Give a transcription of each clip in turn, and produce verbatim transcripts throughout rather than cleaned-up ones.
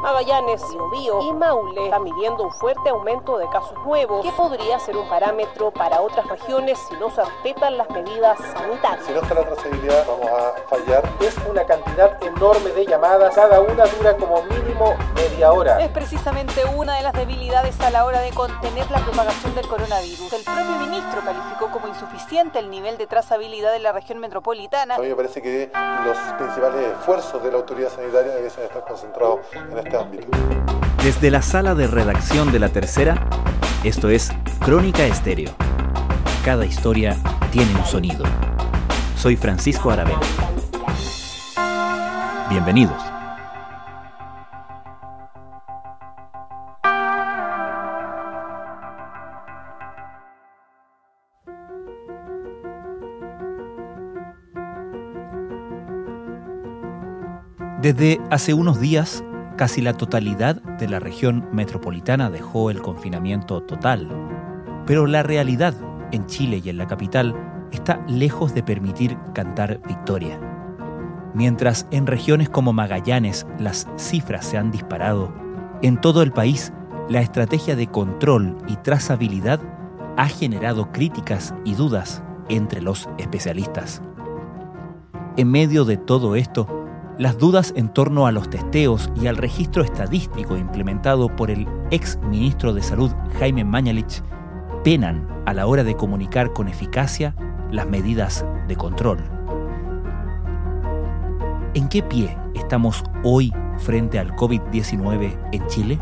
Magallanes, Biobío y Maule están midiendo un fuerte aumento de casos nuevos, que podría ser un parámetro para otras regiones si no se respetan las medidas sanitarias. Si no está la trazabilidad, vamos a fallar. Es una cantidad enorme de llamadas, cada una dura como mínimo media hora. Es precisamente una de las debilidades a la hora de contener la propagación del coronavirus. El propio ministro calificó como insuficiente el nivel de trazabilidad de la región metropolitana. A mí me parece que los principales esfuerzos de la autoridad sanitaria deben estar concentrados en este ámbito. Desde la sala de redacción de La Tercera, esto es Crónica Estéreo. Cada historia tiene un sonido. Soy Francisco Aravena. Bienvenidos. Desde hace unos días, casi la totalidad de la región metropolitana dejó el confinamiento total. Pero la realidad en Chile y en la capital está lejos de permitir cantar victoria. Mientras en regiones como Magallanes las cifras se han disparado, en todo el país la estrategia de control y trazabilidad ha generado críticas y dudas entre los especialistas. En medio de todo esto, las dudas en torno a los testeos y al registro estadístico implementado por el ex ministro de Salud Jaime Mañalich penan a la hora de comunicar con eficacia las medidas de control. ¿En qué pie estamos hoy frente al covid diecinueve en Chile?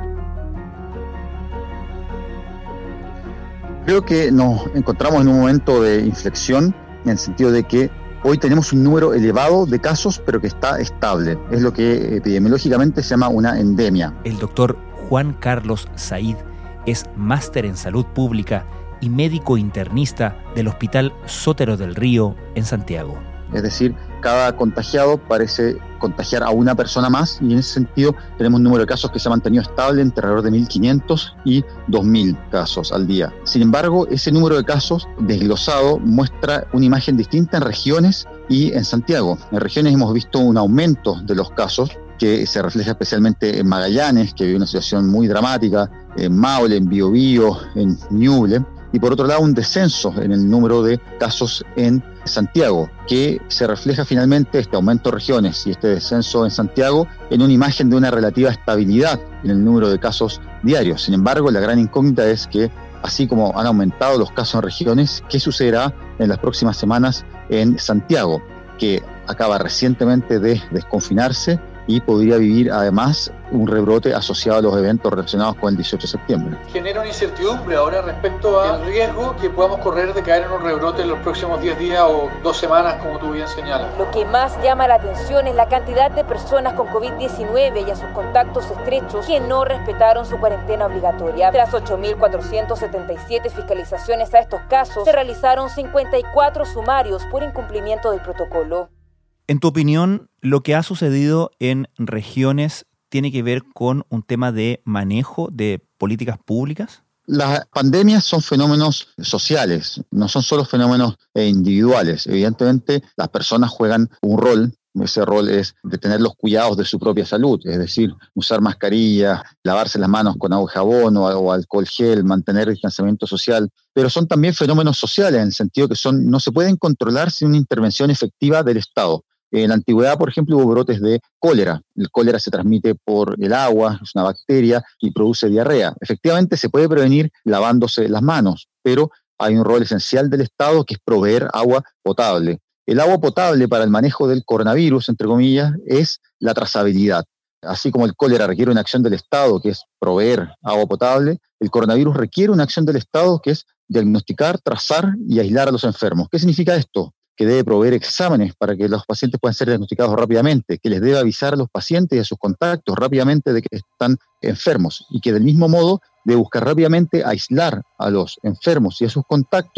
Creo que nos encontramos en un momento de inflexión en el sentido de que hoy tenemos un número elevado de casos, pero que está estable. Es lo que epidemiológicamente se llama una endemia. El doctor Juan Carlos Said es máster en salud pública y médico internista del Hospital Sotero del Río en Santiago. Es decir, cada contagiado parece contagiar a una persona más y en ese sentido tenemos un número de casos que se ha mantenido estable entre alrededor de mil quinientos y dos mil casos al día. Sin embargo, ese número de casos desglosado muestra una imagen distinta en regiones y en Santiago. En regiones hemos visto un aumento de los casos que se refleja especialmente en Magallanes, que vive una situación muy dramática, en Maule, en Biobío, en Ñuble, y por otro lado un descenso en el número de casos en Santiago, que se refleja finalmente este aumento de regiones y este descenso en Santiago en una imagen de una relativa estabilidad en el número de casos diarios. Sin embargo, la gran incógnita es que, así como han aumentado los casos en regiones, ¿qué sucederá en las próximas semanas en Santiago, que acaba recientemente de desconfinarse y podría vivir además un rebrote asociado a los eventos relacionados con el dieciocho de septiembre? Genera una incertidumbre ahora respecto al riesgo que podamos correr de caer en un rebrote en los próximos diez días o dos semanas, como tú bien señalas. Lo que más llama la atención es la cantidad de personas con covid diecinueve y a sus contactos estrechos que no respetaron su cuarentena obligatoria. Tras ocho mil cuatrocientas setenta y siete fiscalizaciones a estos casos, se realizaron cincuenta y cuatro sumarios por incumplimiento del protocolo. En tu opinión, lo que ha sucedido en regiones tiene que ver con un tema de manejo de políticas públicas? Las pandemias son fenómenos sociales, no son solo fenómenos individuales. Evidentemente, las personas juegan un rol. Ese rol es de tener los cuidados de su propia salud, es decir, usar mascarilla, lavarse las manos con agua y jabón o, o alcohol gel, mantener el distanciamiento social. Pero son también fenómenos sociales, en el sentido que son, no se pueden controlar sin una intervención efectiva del Estado. En la antigüedad, por ejemplo, hubo brotes de cólera. El cólera se transmite por el agua, es una bacteria y produce diarrea. Efectivamente, se puede prevenir lavándose las manos, pero hay un rol esencial del Estado que es proveer agua potable. El agua potable para el manejo del coronavirus, entre comillas, es la trazabilidad. Así como el cólera requiere una acción del Estado, que es proveer agua potable, el coronavirus requiere una acción del Estado, que es diagnosticar, trazar y aislar a los enfermos. ¿Qué significa esto? Que debe proveer exámenes para que los pacientes puedan ser diagnosticados rápidamente, que les debe avisar a los pacientes y a sus contactos rápidamente de que están enfermos y que del mismo modo debe buscar rápidamente aislar a los enfermos y a sus contactos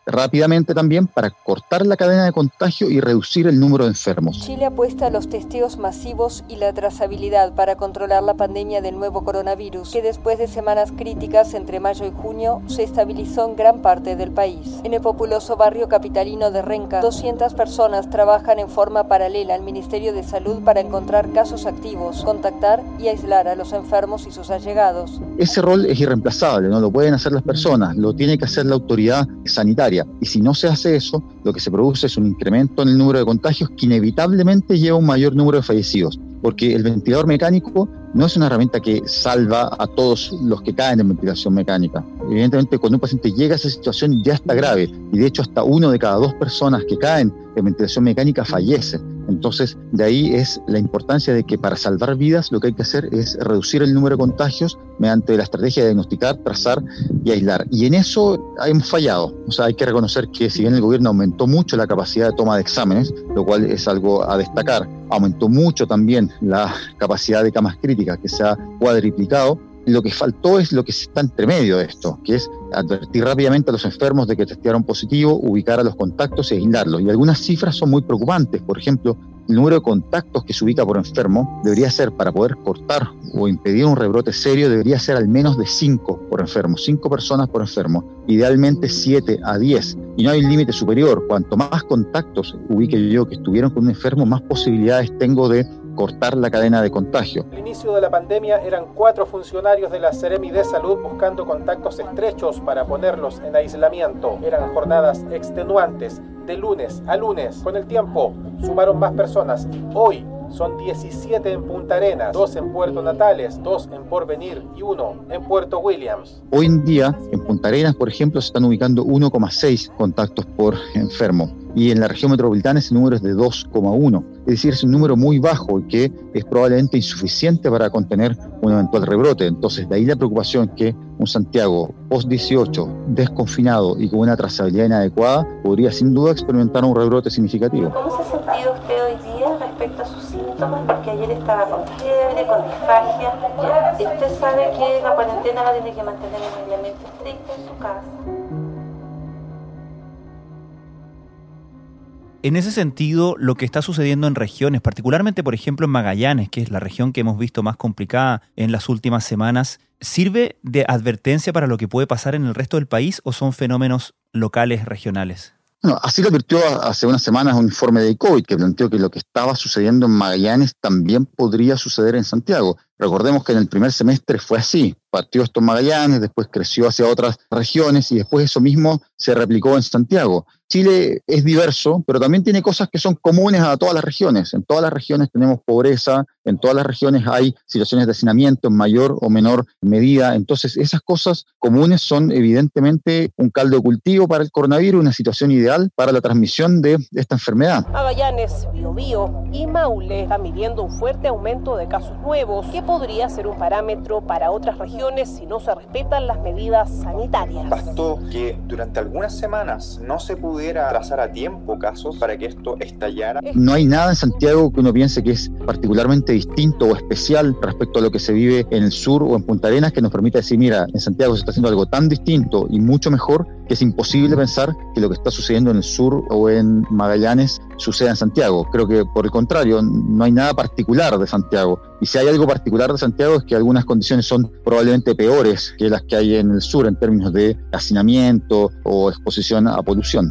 rápidamente también para cortar la cadena de contagio y reducir el número de enfermos. Chile apuesta a los testeos masivos y la trazabilidad para controlar la pandemia del nuevo coronavirus, que después de semanas críticas entre mayo y junio se estabilizó en gran parte del país. En el populoso barrio capitalino de Renca, doscientas personas trabajan en forma paralela al Ministerio de Salud para encontrar casos activos, contactar y aislar a los enfermos y sus allegados. Ese rol es irreemplazable, no lo pueden hacer las personas, lo tiene que hacer la autoridad sanitaria. Y si no se hace eso, lo que se produce es un incremento en el número de contagios que inevitablemente lleva a un mayor número de fallecidos. Porque el ventilador mecánico no es una herramienta que salva a todos los que caen en ventilación mecánica. Evidentemente, cuando un paciente llega a esa situación ya está grave, y de hecho hasta uno de cada dos personas que caen en ventilación mecánica fallece. Entonces, de ahí es la importancia de que para salvar vidas lo que hay que hacer es reducir el número de contagios mediante la estrategia de diagnosticar, trazar y aislar. Y en eso hemos fallado. O sea, hay que reconocer que si bien el gobierno aumentó mucho la capacidad de toma de exámenes, lo cual es algo a destacar, aumentó mucho también la capacidad de camas críticas, que se ha cuadriplicado. Lo que faltó es lo que está entre medio de esto, que es advertir rápidamente a los enfermos de que testearon positivo, ubicar a los contactos y aislarlos. Y algunas cifras son muy preocupantes. Por ejemplo, el número de contactos que se ubica por enfermo debería ser, para poder cortar o impedir un rebrote serio, debería ser al menos de cinco por enfermo, cinco personas por enfermo, idealmente siete a diez. Y no hay un límite superior. Cuanto más contactos ubique yo que estuvieron con un enfermo, más posibilidades tengo de cortar la cadena de contagio. Al inicio de la pandemia eran cuatro funcionarios de la Seremi de Salud buscando contactos estrechos para ponerlos en aislamiento. Eran jornadas extenuantes, de lunes a lunes. Con el tiempo sumaron más personas y hoy son diecisiete en Punta Arenas, dos en Puerto Natales, dos en Porvenir y uno en Puerto Williams. Hoy en día, en Punta Arenas, por ejemplo, se están ubicando uno coma seis contactos por enfermo. Y en la región metropolitana ese número es de dos coma uno. Es decir, es un número muy bajo y que es probablemente insuficiente para contener un eventual rebrote. Entonces, de ahí la preocupación que un Santiago post dieciocho, desconfinado y con una trazabilidad inadecuada, podría sin duda experimentar un rebrote significativo. ¿Cómo se ha sentido usted hoy día respecto a sus síntomas? Porque ayer estaba con fiebre, con disfagia. Ya. Y usted sabe que la cuarentena la tiene que mantener en aislamiento estricto en su casa. En ese sentido, lo que está sucediendo en regiones, particularmente, por ejemplo, en Magallanes, que es la región que hemos visto más complicada en las últimas semanas, ¿sirve de advertencia para lo que puede pasar en el resto del país o son fenómenos locales, regionales? Bueno, así lo advirtió hace unas semanas un informe de COVID que planteó que lo que estaba sucediendo en Magallanes también podría suceder en Santiago. Recordemos que en el primer semestre fue así. Partió esto en Magallanes, después creció hacia otras regiones y después eso mismo se replicó en Santiago. Chile es diverso, pero también tiene cosas que son comunes a todas las regiones. En todas las regiones tenemos pobreza, en todas las regiones hay situaciones de hacinamiento en mayor o menor medida. Entonces, esas cosas comunes son evidentemente un caldo de cultivo para el coronavirus, una situación ideal para la transmisión de esta enfermedad. Magallanes, Biobío y Maule están midiendo un fuerte aumento de casos nuevos, que podría ser un parámetro para otras regiones si no se respetan las medidas sanitarias. Bastó que durante algunas semanas no se pudiera trazar a tiempo casos para que esto estallara. No hay nada en Santiago que uno piense que es particularmente distinto o especial respecto a lo que se vive en el sur o en Punta Arenas que nos permita decir, mira, en Santiago se está haciendo algo tan distinto y mucho mejor que es imposible pensar que lo que está sucediendo en el sur o en Magallanes suceda en Santiago. Creo que por el contrario, no hay nada particular de Santiago. Y si hay algo particular de Santiago es que algunas condiciones son probablemente peores que las que hay en el sur en términos de hacinamiento o exposición a polución.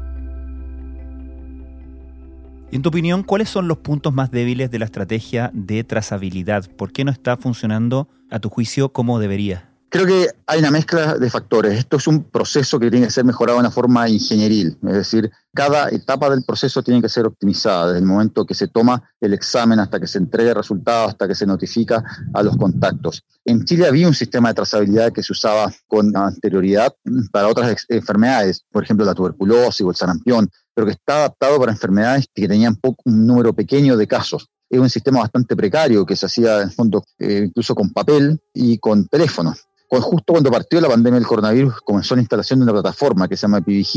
En tu opinión, ¿cuáles son los puntos más débiles de la estrategia de trazabilidad? ¿Por qué no está funcionando, a tu juicio, como debería? Creo que hay una mezcla de factores. Esto es un proceso que tiene que ser mejorado de una forma ingenieril. Es decir, cada etapa del proceso tiene que ser optimizada, desde el momento que se toma el examen hasta que se entrega el resultado, hasta que se notifica a los contactos. En Chile había un sistema de trazabilidad que se usaba con anterioridad para otras ex- enfermedades, por ejemplo la tuberculosis o el sarampión, pero que está adaptado para enfermedades que tenían poco, un número pequeño de casos. Es un sistema bastante precario que se hacía en el fondo eh, incluso con papel y con teléfono. Justo cuando partió la pandemia del coronavirus comenzó la instalación de una plataforma que se llama Epivigila.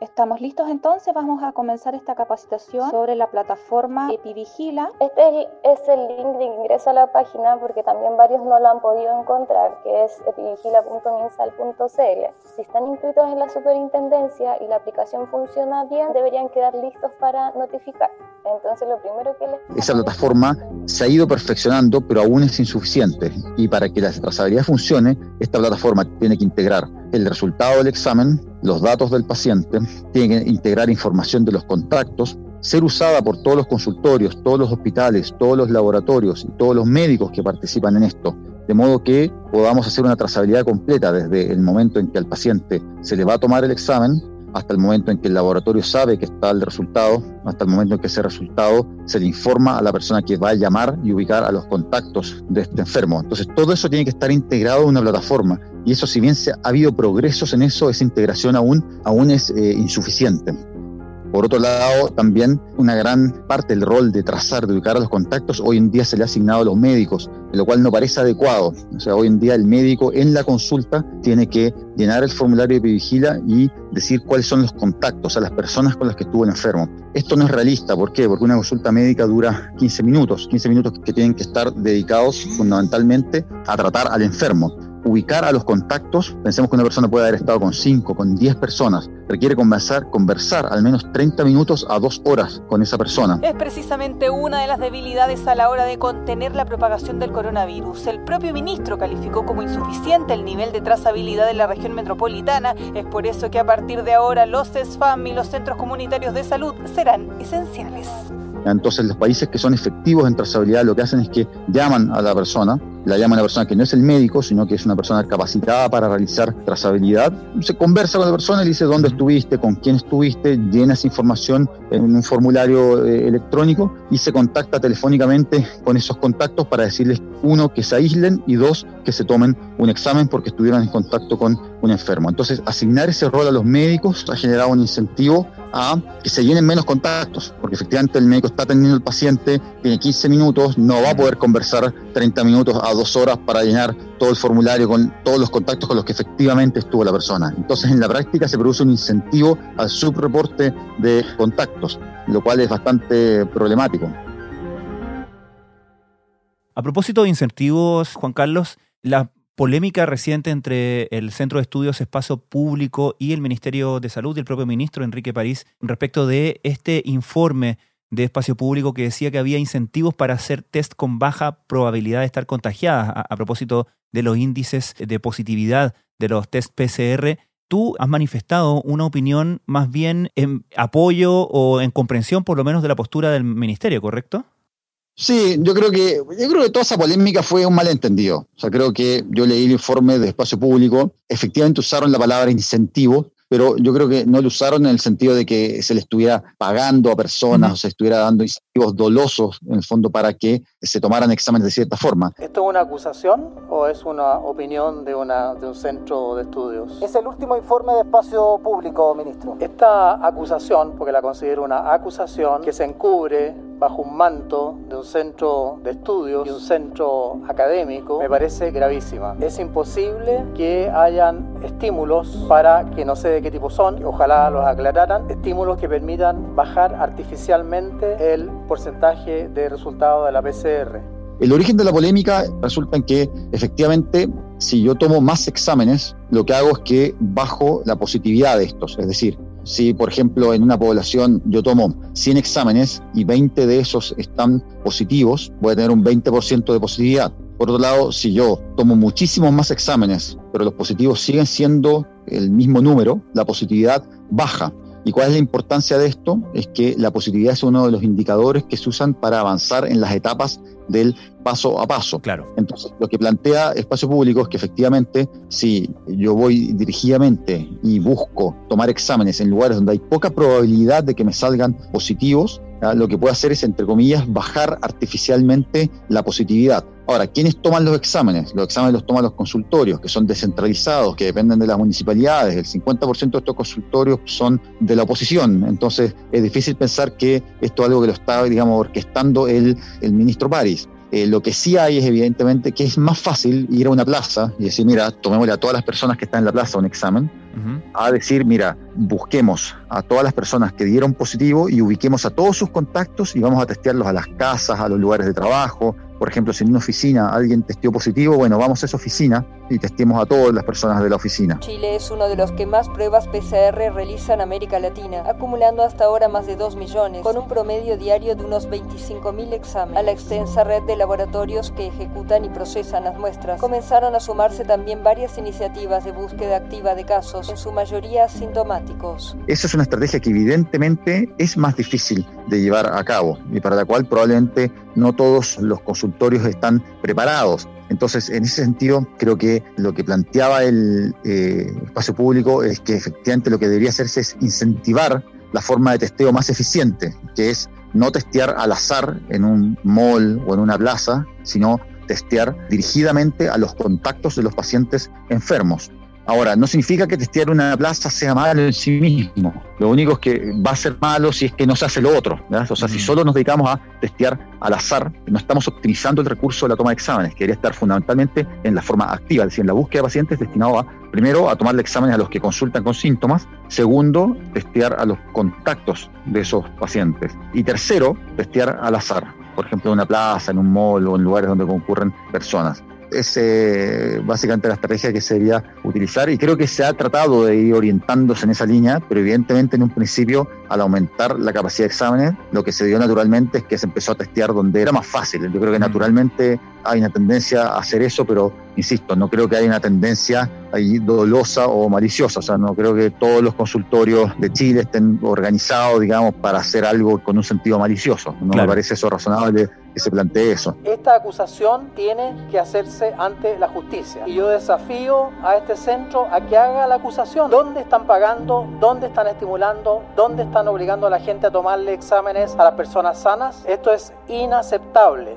Estamos listos entonces, vamos a comenzar esta capacitación sobre la plataforma EpiVigila. Este es el link de ingreso a la página porque también varios no lo han podido encontrar, que es epivigila punto minsal punto c l. Si están inscritos en la superintendencia y la aplicación funciona bien, deberían quedar listos para notificar. Entonces lo primero que les... Esa plataforma se ha ido perfeccionando, pero aún es insuficiente. Y para que la trazabilidad funcione, esta plataforma tiene que integrar el resultado del examen, los datos del paciente, tiene que integrar información de los contactos, ser usada por todos los consultorios, todos los hospitales, todos los laboratorios y todos los médicos que participan en esto, de modo que podamos hacer una trazabilidad completa desde el momento en que al paciente se le va a tomar el examen hasta el momento en que el laboratorio sabe que está el resultado, hasta el momento en que ese resultado se le informa a la persona que va a llamar y ubicar a los contactos de este enfermo. Entonces todo eso tiene que estar integrado en una plataforma y eso, si bien se ha habido progresos en eso, esa integración aún, aún es eh, insuficiente. Por otro lado, también una gran parte del rol de trazar, de ubicar a los contactos, hoy en día se le ha asignado a los médicos, lo cual no parece adecuado. O sea, hoy en día el médico en la consulta tiene que llenar el formulario de EpiVigila y decir cuáles son los contactos, a las personas con las que estuvo el enfermo. Esto no es realista, ¿por qué? Porque una consulta médica dura quince minutos, quince minutos que tienen que estar dedicados fundamentalmente a tratar al enfermo. Ubicar a los contactos, pensemos que una persona puede haber estado con cinco, con diez personas, requiere conversar, conversar al menos treinta minutos a dos horas con esa persona. Es precisamente una de las debilidades a la hora de contener la propagación del coronavirus. El propio ministro calificó como insuficiente el nivel de trazabilidad de la región metropolitana. Es por eso que a partir de ahora los CESFAM y los centros comunitarios de salud serán esenciales. Entonces los países que son efectivos en trazabilidad lo que hacen es que llaman a la persona, la llaman a una persona que no es el médico, sino que es una persona capacitada para realizar trazabilidad. Se conversa con la persona y le dice dónde estuviste, con quién estuviste, llena esa información en un formulario eh, electrónico y se contacta telefónicamente con esos contactos para decirles, uno, que se aíslen y dos, que se tomen un examen porque estuvieron en contacto con un enfermo. Entonces, asignar ese rol a los médicos ha generado un incentivo a que se llenen menos contactos, porque efectivamente el médico está atendiendo al paciente, tiene quince minutos, no va a poder conversar treinta minutos a dos horas para llenar todo el formulario con todos los contactos con los que efectivamente estuvo la persona. Entonces, en la práctica se produce un incentivo al subreporte de contactos, lo cual es bastante problemático. A propósito de incentivos, Juan Carlos, la polémica reciente entre el Centro de Estudios Espacio Público y el Ministerio de Salud y el propio ministro Enrique París respecto de este informe de Espacio Público que decía que había incentivos para hacer test con baja probabilidad de estar contagiadas, a, a propósito de los índices de positividad de los test P C R. Tú has manifestado una opinión más bien en apoyo o en comprensión por lo menos de la postura del ministerio, ¿correcto? Sí, yo creo que yo creo que toda esa polémica fue un malentendido. O sea, creo que yo leí el informe de Espacio Público, efectivamente usaron la palabra incentivo, pero yo creo que no lo usaron en el sentido de que se le estuviera pagando a personas uh-huh. o se estuviera dando incentivos dolosos, en el fondo, para que se tomaran exámenes de cierta forma. ¿Esto es una acusación o es una opinión de, una, de un centro de estudios? Es el último informe de Espacio Público, ministro. Esta acusación, porque la considero una acusación que se encubre bajo un manto de un centro de estudios y un centro académico, me parece gravísima. Es imposible que hayan estímulos para, que no sé de qué tipo son, ojalá los aclararan, estímulos que permitan bajar artificialmente el porcentaje de resultado de la P C R. El origen de la polémica resulta en que efectivamente si yo tomo más exámenes, lo que hago es que bajo la positividad de estos, es decir, si, por ejemplo, en una población yo tomo cien exámenes y veinte de esos están positivos, voy a tener un veinte por ciento de positividad. Por otro lado, si yo tomo muchísimos más exámenes, pero los positivos siguen siendo el mismo número, la positividad baja. ¿Y cuál es la importancia de esto? Es que la positividad es uno de los indicadores que se usan para avanzar en las etapas del paso a paso. Claro. Entonces, lo que plantea Espacio Público es que efectivamente, si yo voy dirigidamente y busco tomar exámenes en lugares donde hay poca probabilidad de que me salgan positivos, ¿ya? Lo que puedo hacer es, entre comillas, bajar artificialmente la positividad. Ahora, ¿quiénes toman los exámenes? Los exámenes los toman los consultorios, que son descentralizados, que dependen de las municipalidades. El cincuenta por ciento de estos consultorios son de la oposición. Entonces, es difícil pensar que esto es algo que lo está, digamos, orquestando el, el ministro París. Eh, lo que sí hay es evidentemente que es más fácil ir a una plaza y decir, mira, tomémosle a todas las personas que están en la plaza un examen, uh-huh. a decir, mira, busquemos a todas las personas que dieron positivo y ubiquemos a todos sus contactos y vamos a testearlos a las casas, a los lugares de trabajo. Por ejemplo, si en una oficina alguien testeó positivo, bueno, vamos a esa oficina y testemos a todas las personas de la oficina. Chile es uno de los que más pruebas P C R realiza en América Latina, acumulando hasta ahora más de dos millones, con un promedio diario de unos veinticinco mil exámenes. A la extensa red de laboratorios que ejecutan y procesan las muestras, comenzaron a sumarse también varias iniciativas de búsqueda activa de casos, en su mayoría asintomáticos. Esa es una estrategia que evidentemente es más difícil de llevar a cabo y para la cual probablemente no todos los consultorios están preparados. Entonces, en ese sentido, creo que lo que planteaba el eh, espacio público es que efectivamente lo que debería hacerse es incentivar la forma de testeo más eficiente, que es no testear al azar en un mall o en una plaza, sino testear dirigidamente a los contactos de los pacientes enfermos. Ahora, no significa que testear una plaza sea malo en sí mismo. Lo único es que va a ser malo si es que no se hace lo otro, ¿verdad? O sea, mm. si solo nos dedicamos a testear al azar, no estamos optimizando el recurso de la toma de exámenes, que debería estar fundamentalmente en la forma activa, es decir, en la búsqueda de pacientes destinado a, primero, a tomarle exámenes a los que consultan con síntomas, segundo, testear a los contactos de esos pacientes, y tercero, testear al azar, por ejemplo, en una plaza, en un mall o en lugares donde concurren personas. Es eh, básicamente la estrategia que se debería utilizar y creo que se ha tratado de ir orientándose en esa línea, pero evidentemente en un principio, al aumentar la capacidad de exámenes, lo que se dio naturalmente es que se empezó a testear donde era más fácil. Yo creo que naturalmente hay una tendencia a hacer eso, pero insisto, no creo que haya una tendencia ahí dolosa o maliciosa. O sea, no creo que todos los consultorios de Chile estén organizados, digamos, para hacer algo con un sentido malicioso. No claro. me parece eso razonable que se plantee eso. Esta acusación tiene que hacerse ante la justicia. Y yo desafío a este centro a que haga la acusación. ¿Dónde están pagando? ¿Dónde están estimulando? ¿Dónde están obligando a la gente a tomarle exámenes a las personas sanas? Esto es inaceptable.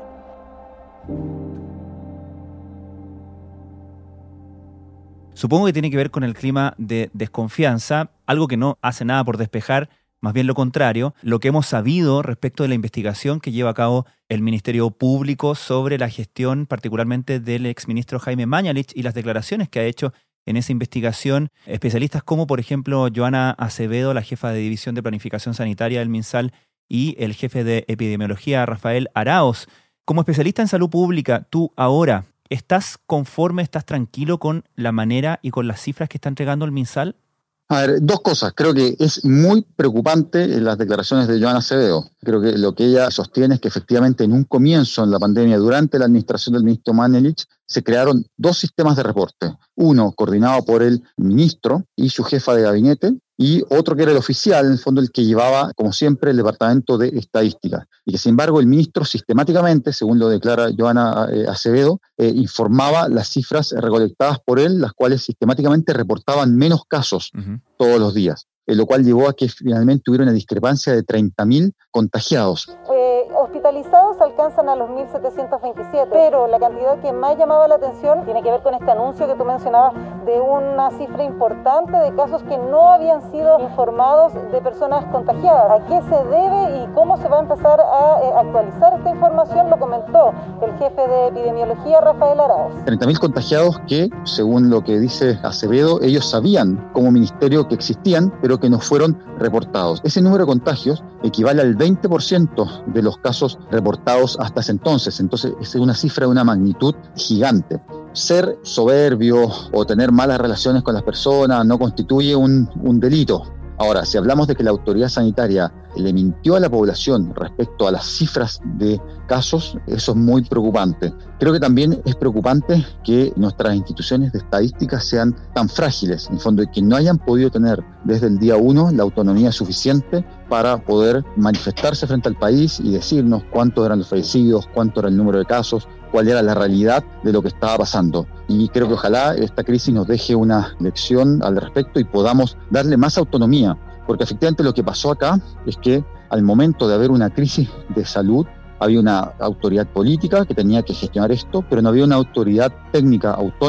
Supongo que tiene que ver con el clima de desconfianza, algo que no hace nada por despejar, más bien lo contrario, lo que hemos sabido respecto de la investigación que lleva a cabo el Ministerio Público sobre la gestión particularmente del exministro Jaime Mañalich y las declaraciones que ha hecho en esa investigación especialistas como, por ejemplo, Joana Acevedo, la jefa de División de Planificación Sanitaria del MinSal, y el jefe de Epidemiología, Rafael Araoz. Como especialista en salud pública, tú ahora, ¿estás conforme, estás tranquilo con la manera y con las cifras que está entregando el MinSal? A ver, dos cosas. Creo que es muy preocupante las declaraciones de Joana Acevedo. Creo que lo que ella sostiene es que efectivamente en un comienzo en la pandemia, durante la administración del ministro Mañalich, se crearon dos sistemas de reporte. Uno coordinado por el ministro y su jefa de gabinete, y otro que era el oficial, en el fondo el que llevaba, como siempre, el Departamento de Estadística. Y que, sin embargo, el ministro sistemáticamente, según lo declara Joana eh, Acevedo, eh, informaba las cifras recolectadas por él, las cuales sistemáticamente reportaban menos casos uh-huh. todos los días, eh, lo cual llevó a que finalmente hubiera una discrepancia de treinta mil contagiados. Eh, hospitalizados alcanzan a los mil setecientos veintisiete, pero la cantidad que más llamaba la atención tiene que ver con este anuncio que tú mencionabas de una cifra importante de casos que no habían sido informados de personas contagiadas. ¿A qué se debe y cómo se va a empezar a eh, actualizar esta información? Lo comentó el jefe de Epidemiología, Rafael Araoz. treinta mil contagiados que, según lo que dice Acevedo, ellos sabían como ministerio que existían, pero que no fueron reportados. Ese número de contagios equivale al veinte por ciento de los casos reportados hasta ese entonces. Entonces, es una cifra de una magnitud gigante. Ser soberbio o tener malas relaciones con las personas no constituye un, un delito. Ahora, si hablamos de que la autoridad sanitaria le mintió a la población respecto a las cifras de casos, eso es muy preocupante. Creo que también es preocupante que nuestras instituciones de estadística sean tan frágiles, en fondo, y que no hayan podido tener desde el día uno la autonomía suficiente para poder manifestarse frente al país y decirnos cuántos eran los fallecidos, cuánto era el número de casos, cuál era la realidad de lo que estaba pasando. Y creo que ojalá esta crisis nos deje una lección al respecto y podamos darle más autonomía, porque efectivamente lo que pasó acá es que al momento de haber una crisis de salud, había una autoridad política que tenía que gestionar esto, pero no había una autoridad técnica autónoma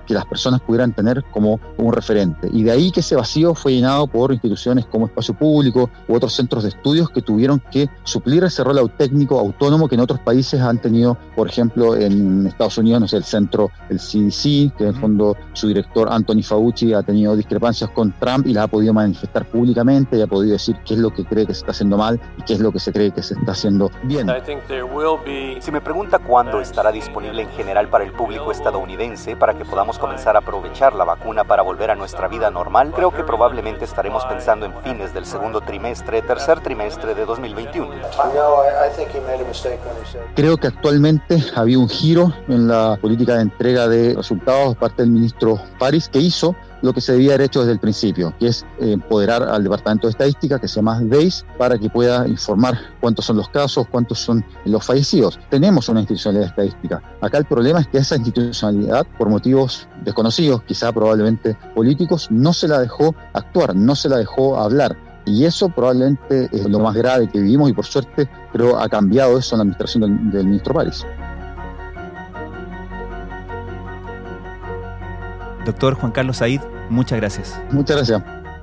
que las personas pudieran tener como un referente. Y de ahí que ese vacío fue llenado por instituciones como Espacio Público u otros centros de estudios que tuvieron que suplir ese rol técnico autónomo que en otros países han tenido, por ejemplo, en Estados Unidos, no sé, el centro, el C D C, que en el fondo su director Anthony Fauci ha tenido discrepancias con Trump y las ha podido manifestar públicamente y ha podido decir qué es lo que cree que se está haciendo mal y qué es lo que se cree que se está haciendo bien. Si me pregunta cuándo estará disponible en general para el público estadounidense para que podamos comenzar a aprovechar la vacuna para volver a nuestra vida normal, creo que probablemente estaremos pensando en fines del segundo trimestre, tercer trimestre de dos mil veintiuno. Creo que actualmente había un giro en la política de entrega de resultados por parte del ministro París, que hizo lo que se debía haber hecho desde el principio, que es empoderar al Departamento de Estadística, que se llama D E I S, para que pueda informar cuántos son los casos, cuántos son los fallecidos. Tenemos una institucionalidad estadística. Acá el problema es que esa institucionalidad, por motivos desconocidos, quizá probablemente políticos, no se la dejó actuar, no se la dejó hablar. Y eso probablemente es lo más grave que vivimos y por suerte creo ha cambiado eso en la administración del, del ministro París. Doctor Juan Carlos Said, muchas gracias. Muchas gracias.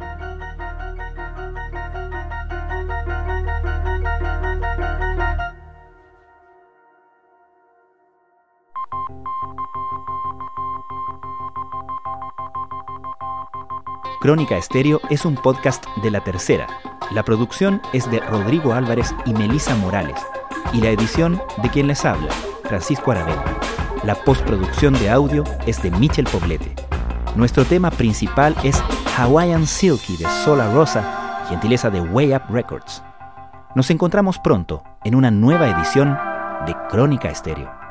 Crónica Estéreo es un podcast de La Tercera. La producción es de Rodrigo Álvarez y Melissa Morales. Y la edición de quien les habla, Francisco Aravena. La postproducción de audio es de Michel Poblete. Nuestro tema principal es Hawaiian Silky de Sola Rosa, gentileza de Way Up Records. Nos encontramos pronto en una nueva edición de Crónica Estéreo.